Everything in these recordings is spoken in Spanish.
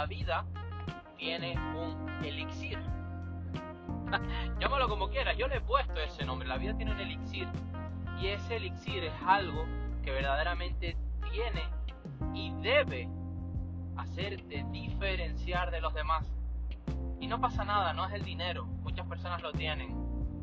la vida tiene un elixir. Llámalo como quieras, yo le he puesto ese nombre. La vida tiene un elixir. Y ese elixir es algo que verdaderamente tiene y debe hacerte diferenciar de los demás. Y no pasa nada, no es el dinero. Muchas personas lo tienen.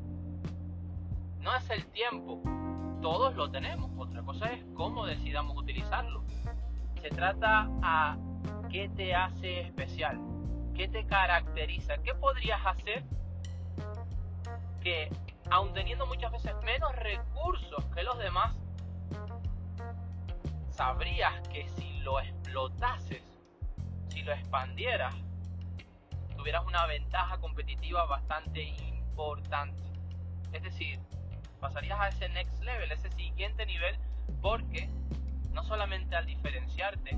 No es el tiempo. Todos lo tenemos. Otra cosa es cómo decidamos utilizarlo. Se trata a qué te hace especial, qué te caracteriza, qué podrías hacer que, aun teniendo muchas veces menos recursos que los demás, sabrías que si lo explotases, si lo expandieras, tuvieras una ventaja competitiva bastante importante. Es decir, pasarías a ese next level, ese siguiente nivel, porque no solamente al diferenciarte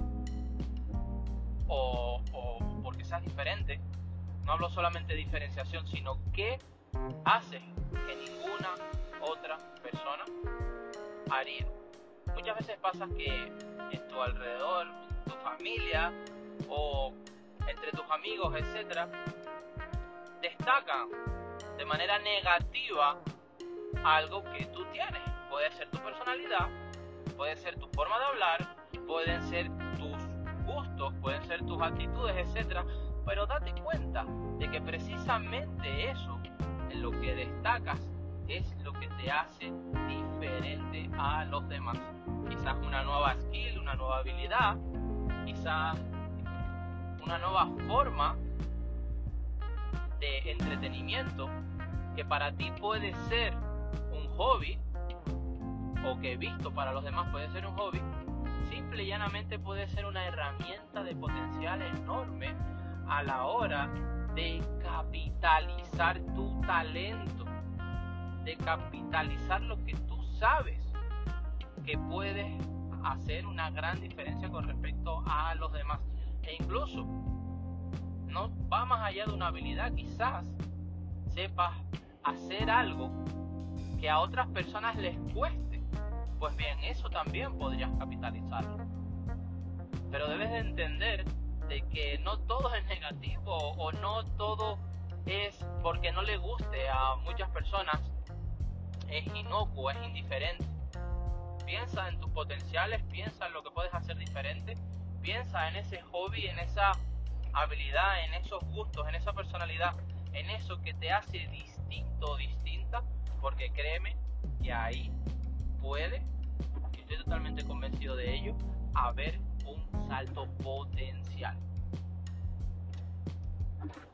o porque seas diferente, no hablo solamente de diferenciación, sino que haces que ninguna otra persona haría. Muchas veces pasa que en tu alrededor, en tu familia o entre tus amigos, etcétera, destacan de manera negativa algo que tú tienes. Puede ser tu personalidad, puede ser tu forma de hablar, pueden ser tus gustos, pueden ser tus actitudes, etcétera. Pero date cuenta de que precisamente eso, en lo que destacas, es lo que te hace diferente a los demás. Quizás una nueva skill, una nueva habilidad, quizás una nueva forma de entretenimiento que para ti puede ser un hobby, o que visto para los demás puede ser un hobby, simple y llanamente puede ser una herramienta de potencial enorme a la hora de capitalizar tu talento, de capitalizar lo que tú sabes que puedes hacer una gran diferencia con respecto a los demás. E incluso no va más allá de una habilidad, quizás sepas hacer algo que a otras personas les cueste. Pues bien, eso también podrías capitalizarlo. Pero debes de entender de que no todo es negativo, o no todo es porque no le guste a muchas personas, es inocuo, es indiferente. Piensa en tus potenciales, piensa en lo que puedes hacer diferente, piensa en ese hobby, en esa habilidad, en esos gustos, en esa personalidad, en eso que te hace distinto o distinta, porque créeme que ahí puede, y estoy totalmente convencido de ello, haber un salto potencial.